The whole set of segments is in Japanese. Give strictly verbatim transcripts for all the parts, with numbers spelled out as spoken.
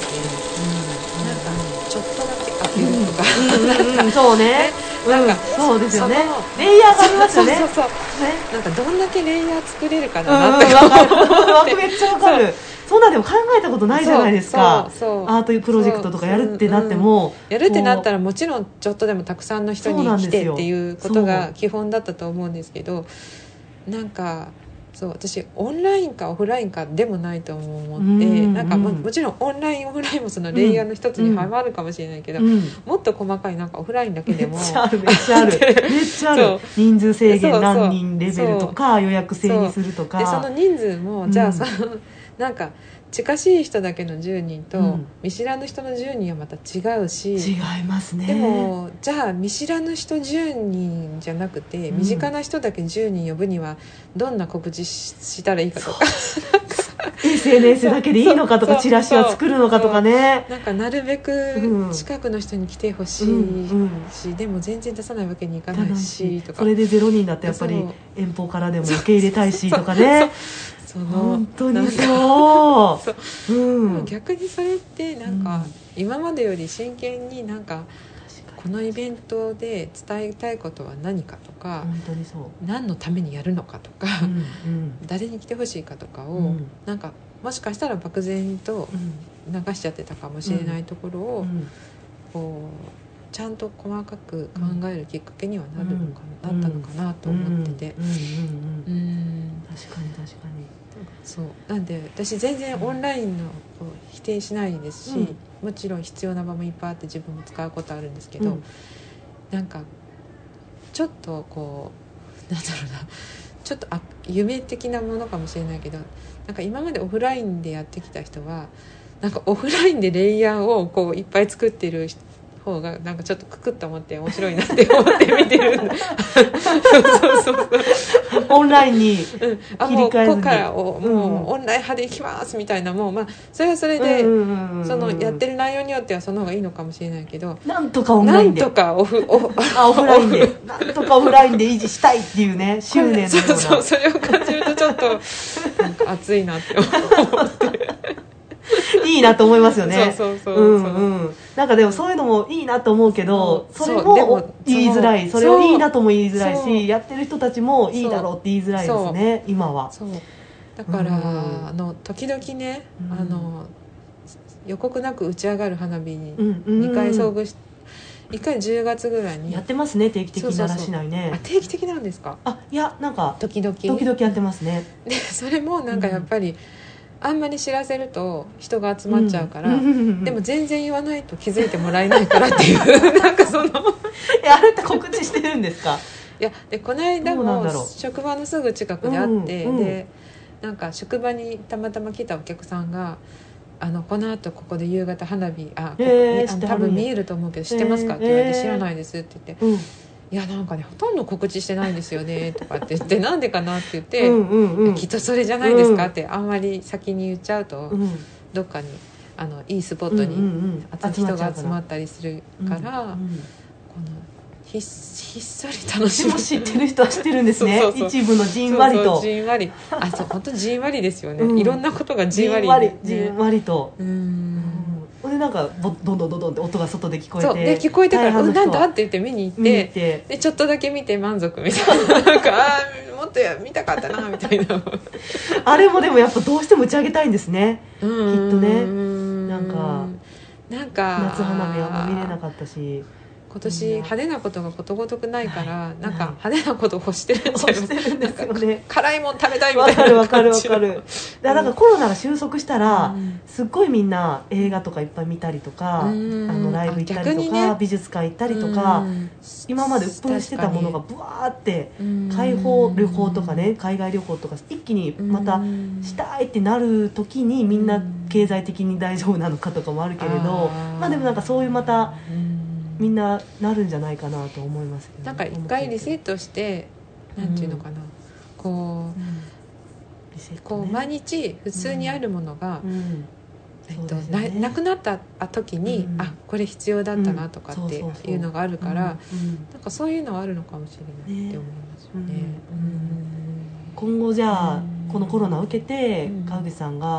なんかちょっとだけ開けるとか、 うんうんうん、そうね、 なんか、 うん、そうですよね、レイヤーがありますよね。 そうそうそう、 ね、 なんかどんだけレイヤー作れるかだなってわ、うん、かるめっちゃわかる。そんなでも考えたことないじゃないですか。 そうそうそう、 アートプロジェクトとかやるってなっても、 うんうん、やるってなったらもちろんちょっとでもたくさんの人に来てっていうことが基本だったと思うんですけど、なんかそう、私オンラインかオフラインかでもないと思って、うんうん、なんか も, もちろんオンラインオフラインもそのレイヤーの一つにはまるかもしれないけど、うんうん、もっと細かいなんかオフラインだけでもめっちゃあるめっちゃあるめっちゃある人数制限何人レベルとか予約制にするとか、 でその人数もじゃあその、うん、なんか近しい人だけのじゅうにんと、うん、見知らぬ人のじゅうにんはまた違うし、 違いますね。 でもじゃあ見知らぬ人じゅうにんじゃなくて、うん、身近な人だけじゅうにん呼ぶにはどんな告知したらいいかとかエスエヌエス だけでいいのかとか、チラシは作るのかとかね、 なんかなるべく近くの人に来てほしいし、うんうん、でも全然出さないわけにいかないしとか、 それでゼロにんだってやっぱり遠方からでも受け入れたいしとかね、その本当にそうそう、うん、 逆にそれってなんか、うん、今までより真剣になんかこのイベントで伝えたいことは何かとか、 本当にそう、 何のためにやるのかとか、うんうん、誰に来てほしいかとかを、うん、なんかもしかしたら漠然と流しちゃってたかもしれないところを、うん、こうちゃんと細かく考えるきっかけにはなるのか、うん、なったのかなと思ってて、 うんうんうん、確かに確かに、 そうなんで私全然オンラインのこう否定しないですし、うん、もちろん必要な場もいっぱいあって自分も使うことあるんですけど、うん、なんかちょっとこうなんだろうな、ちょっとあ夢的なものかもしれないけど、なんか今までオフラインでやってきた人はなんかオフラインでレイヤーをこういっぱい作ってる人方がなんかちょっとククッと思って面白いなって思って見てるんだそうそうそうオンラインに切り替えずに、 あもうここからもう、うん、オンライン派でいきますみたいな、もうまあそれはそれで、うんうん、そのやってる内容によってはその方がいいのかもしれないけど、 なんとかオンラインで、 なんとかオフオフあオフラインでなんとかオフラインで維持したいっていうね執念のような、 そうそう、それを感じるとちょっとなんか熱いなって思っていいなと思いますよね。 そうそうそう、 うんうん、なんかでもそういうのもいいなと思うけど、それも言いづらい、それをいいなとも言いづらいし、やってる人たちもいいだろうって言いづらいですね今は。 そうだから、うん、あの時々ね、うん、あの予告なく打ち上がる花火ににかい遭遇し、いっかいじゅうがつぐらいにやってますね、定期的に奈良市内ね。 あ定期的なんですか。 あいやなんか時々 時々やってますね。 でそれもなんかやっぱり、うんあんまり知らせると人が集まっちゃうから、うん、でも全然言わないと気づいてもらえないからっていうなんかそのえあれって告知してるんですか。 いやでこの間も職場のすぐ近くであって、うんうん、でなんか職場にたまたま来たお客さんがあのこの後ここで夕方花火あここ、えー、多分見えると思うけど知ってますかって言われて、知らないですって言って、うんいやなんかねほとんど告知してないんですよねとかって言ってなんでかなって言って、うんうんうん、きっとそれじゃないですかって、うん、あんまり先に言っちゃうと、うん、どっかにあのいいスポットに、うんうんうん、人が集まったりするから、うんうん、このひっ, ひっそり楽しむ。 でも知ってる人は知ってるんですね。そうそうそう一部のじんわりと。 そうそうじんわりあそう本当じんわりですよね、うん、いろんなことがじんわり、ね、 じんわりじんわりと。 うんでなんかどんどんどんどんって音が外で聞こえて、 そうで聞こえてからうんなんだって言って見に行って、見てでちょっとだけ見て満足みたいななんかあもっと見たかったなみたいなあれもでもやっぱどうしても打ち上げたいんですね、きっとね。なんかなんか夏花火は見れなかったし今年派手なことがことごとくないから、はい、なんか派手なことを欲してるんじゃない欲してるんですよね。 辛いもん食べたいみたいなわかるわかるわかる。だからコロナが収束したら、うん、すっごいみんな映画とかいっぱい見たりとか、うん、あのライブ行ったりとか、ね、美術館行ったりとか、うん、今まで鬱憤してたものがブワーって開放旅行とかね海外旅行とか一気にまたしたいってなる時にみんな経済的に大丈夫なのかとかもあるけれど、まあでもなんかそういうまたみんななるんじゃないかなと思いますけど、 なんか一回リセットしてなんていうのかな、うん、こう、うんリセットね、こう毎日普通にあるものが、うんうんえっとね、な, なくなった時に、うん、あこれ必要だったなとかっていうのがあるから、なんかそういうのはあるのかもしれないって思いますよね、ねうん、 今後じゃあ、うん、このコロナを受けて、うん、川口さんが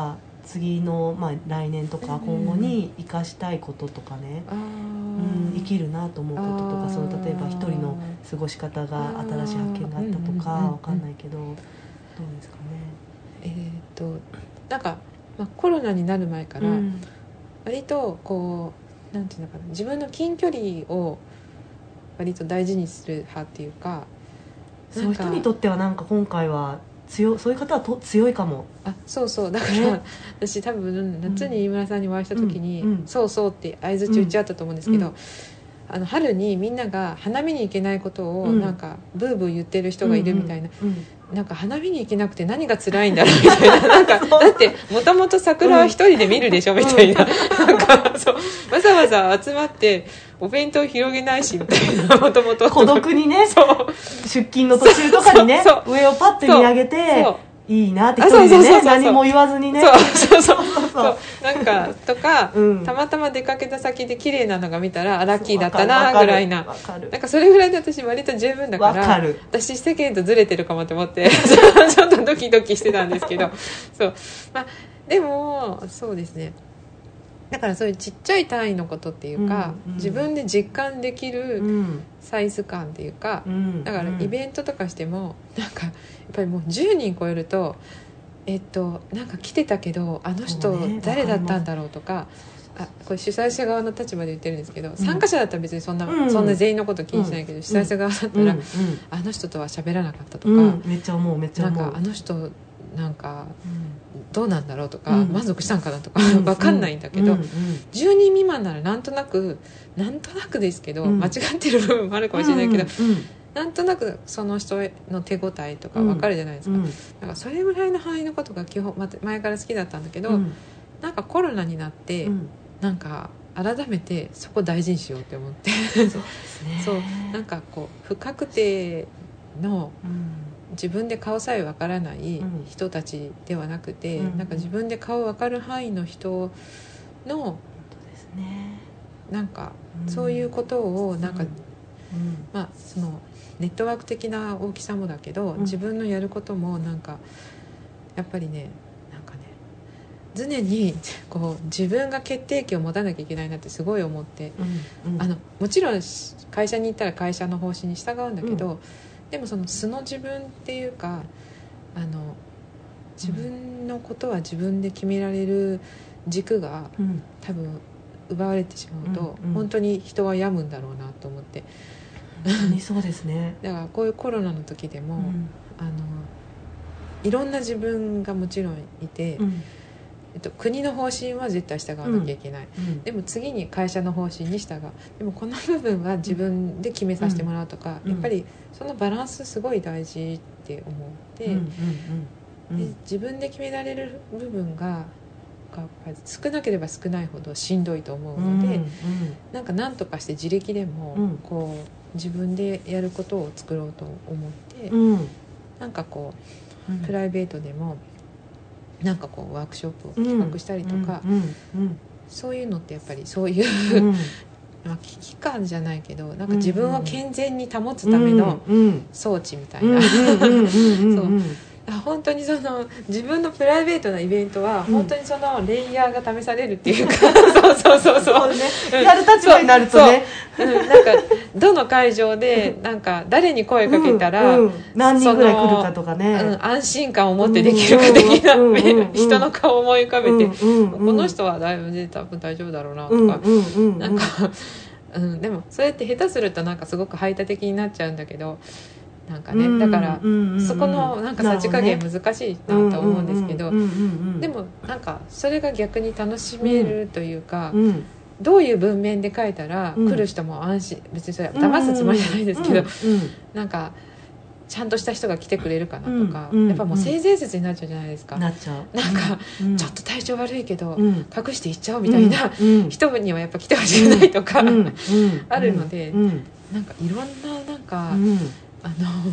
次の、まあ、来年とか今後に生かしたいこととかね、うんうん、生きるなと思うこととか、その例えば一人の過ごし方が新しい発見があったとかわかんないけど、どうですかね。 えー、っとなんか、まあ、コロナになる前から割とこうなんていうのかな、自分の近距離を割と大事にする派っていうか、 そういう人にとってはなんか今回は強そういう方はと強いかも。 あ、そうそう、だから、ね、私多分夏に飯村さんにお会いした時に、うんうん、そうそうって相づち打ち合ったと思うんですけど、うん、あの春にみんなが花見に行けないことをなんかブーブー言ってる人がいるみたいな、うんうんうん、なんか花見に行けなくて何が辛いんだろうみたいな、なんかだってもともと桜は一人で見るでしょみたいな、なんかそうわざわざ集まってお弁当広げないしみたいな、もともと孤独にね、そう出勤の途中とかにね上をパッて見上げていいなって一人でね何も言わずにね、 そうそうそうそうなんかとか、うん、たまたま出かけた先で綺麗なのが見たらラッキーだったなぐらいな、なんかそれぐらいで私割と十分だから、私世間とずれてるかもって思ってちょっとドキドキしてたんですけどそう、まあ、でもそうですね、だからそういうちっちゃい単位のことっていうか、うんうん、自分で実感できるサイズ感っていうか、うん、だからイベントとかしてもなんかやっぱりもうじゅうにん超えるとえっとなんか来てたけどあの人誰だったんだろうとか、あこれ主催者側の立場で言ってるんですけど、うん、参加者だったら別にそんな、うん、そんな全員のこと気にしないけど、うん、主催者側だったら、うん、あの人とは喋らなかったとか、うん、 めっちゃ思うめっちゃ思う、 なんかあの人なんか、うん、どうなんだろうとか、うん、満足したんかなとか、うん、分かんないんだけど、うんうん、じゅうにん未満ならなんとなくなんとなくですけど、うん、間違ってる部分もあるかもしれないけど、うんうん、なんとなくその人の手応えとか分かるじゃないですか、うん、だからそれぐらいの範囲のことが基本前から好きだったんだけど、うん、なんかコロナになって、うん、なんか改めてそこ大事にしようって思ってそうですねそうなんかこう不確定の、うん自分で顔さえわからない人たちではなくて、うん、なんか自分で顔わかる範囲の人の、本当ですね、なんかそういうことをなんか、うんまあ、そのネットワーク的な大きさもだけど、うん、自分のやることもなんかやっぱりね、なんかね常にこう自分が決定権を持たなきゃいけないなってすごい思って、うんうん、あのもちろん会社に行ったら会社の方針に従うんだけど、うんでもその素の自分っていうか、あの自分のことは自分で決められる軸が、うん、多分奪われてしまうと、うんうん、本当に人は病むんだろうなと思って、 本当にそうですねだからこういうコロナの時でも、うん、あのいろんな自分がもちろんいて、うんえっと、国の方針は絶対従わなきゃいけない、うん、でも次に会社の方針に従う、でもこの部分は自分で決めさせてもらうとか、うん、やっぱりそのバランスすごい大事って思って、うんうんうん、で自分で決められる部分が少なければ少ないほどしんどいと思うので、うんうん、なんか何とかして自力でもこう自分でやることを作ろうと思って、うん、なんかこうプライベートでもなんかこうワークショップを企画したりとか、うんうんうん、そういうのってやっぱりそういう、うんまあ、危機感じゃないけどなんか自分を健全に保つための装置みたいな本当にその自分のプライベートなイベントは本当にそのレイヤーが試されるっていうか、うん、そうそうそうそう、ねうん、やる立場になるとね、うん、なんかどの会場でなんか誰に声かけたら、うんうん、 何人ぐらい来るかとかね、 うん、安心感を持ってできるか的な、うんうん、人の顔を思い浮かべて、うんうん、この人はだいぶで多分大丈夫だろうなとか、うんうんうん、なんか、うん、でもそれって下手するとなんかすごく排他的になっちゃうんだけどなんかね、だから、うんうんうん、そこのなんかさじ加減難しいなと思うんですけど、でもなんかそれが逆に楽しめるというか、うん、どういう文面で書いたら来る人も安心、別にそれ騙すつもりじゃないですけど、うんうんうん、なんかちゃんとした人が来てくれるかなとか、うんうん、やっぱもう性善説になっちゃうじゃないですか、 なっちゃうなんか、うん、ちょっと体調悪いけど、うん、隠していっちゃおうみたいな、うん、人にはやっぱ来てほしくないとか、うん、あるので、うん、なんかいろんななんか、うんあの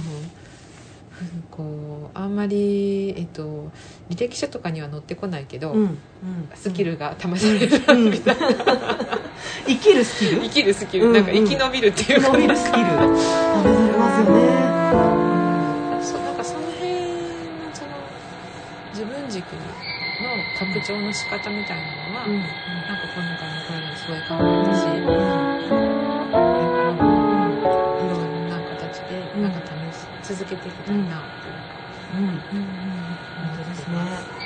こうあんまり、えっと、履歴書とかには載ってこないけど、うんうん、スキルが試されるみたいな、うん、 生きるスキル生きるスキル、うんうん、なんか生き延びるっていうか生き延びるスキル試されますよね、 そうなんかその辺その自分軸の拡張の仕方みたいなのは、うん、なんかこの中のこれもすごい変わったし、うん、いろんな形でなんか試し続けていきたいなっていうか、うんうんうんうん、 本当ですね。